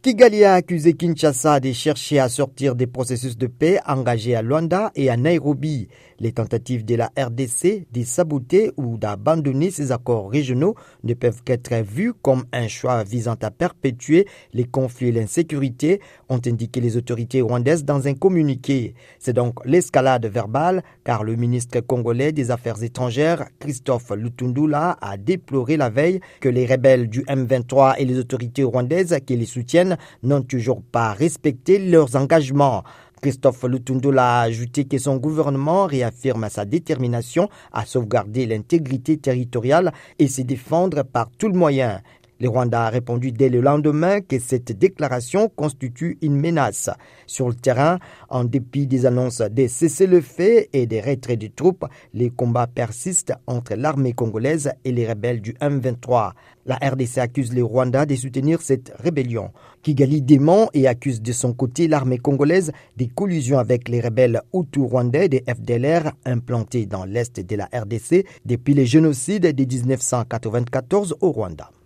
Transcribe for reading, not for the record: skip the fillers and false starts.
Kigali a accusé Kinshasa de chercher à sortir des processus de paix engagés à Luanda et à Nairobi. Les tentatives de la RDC de saboter ou d'abandonner ces accords régionaux ne peuvent qu'être vues comme un choix visant à perpétuer les conflits et l'insécurité, ont indiqué les autorités rwandaises dans un communiqué. C'est donc l'escalade verbale, car le ministre congolais des Affaires étrangères, Christophe Lutundula, a déploré la veille que les rebelles du M23 et les autorités rwandaises qui les soutiennent n'ont toujours pas respecté leurs engagements. Christophe Lutundula a ajouté que son gouvernement réaffirme sa détermination à sauvegarder l'intégrité territoriale et se défendre par tout le moyen. Le Rwanda a répondu dès le lendemain que cette déclaration constitue une menace. Sur le terrain, en dépit des annonces de cessez-le-feu et des retraits de troupes, les combats persistent entre l'armée congolaise et les rebelles du M23. La RDC accuse le Rwanda de soutenir cette rébellion. Kigali dément et accuse de son côté l'armée congolaise de collusion avec les rebelles hutus-rwandais des FDLR implantés dans l'est de la RDC depuis le génocide de 1994 au Rwanda.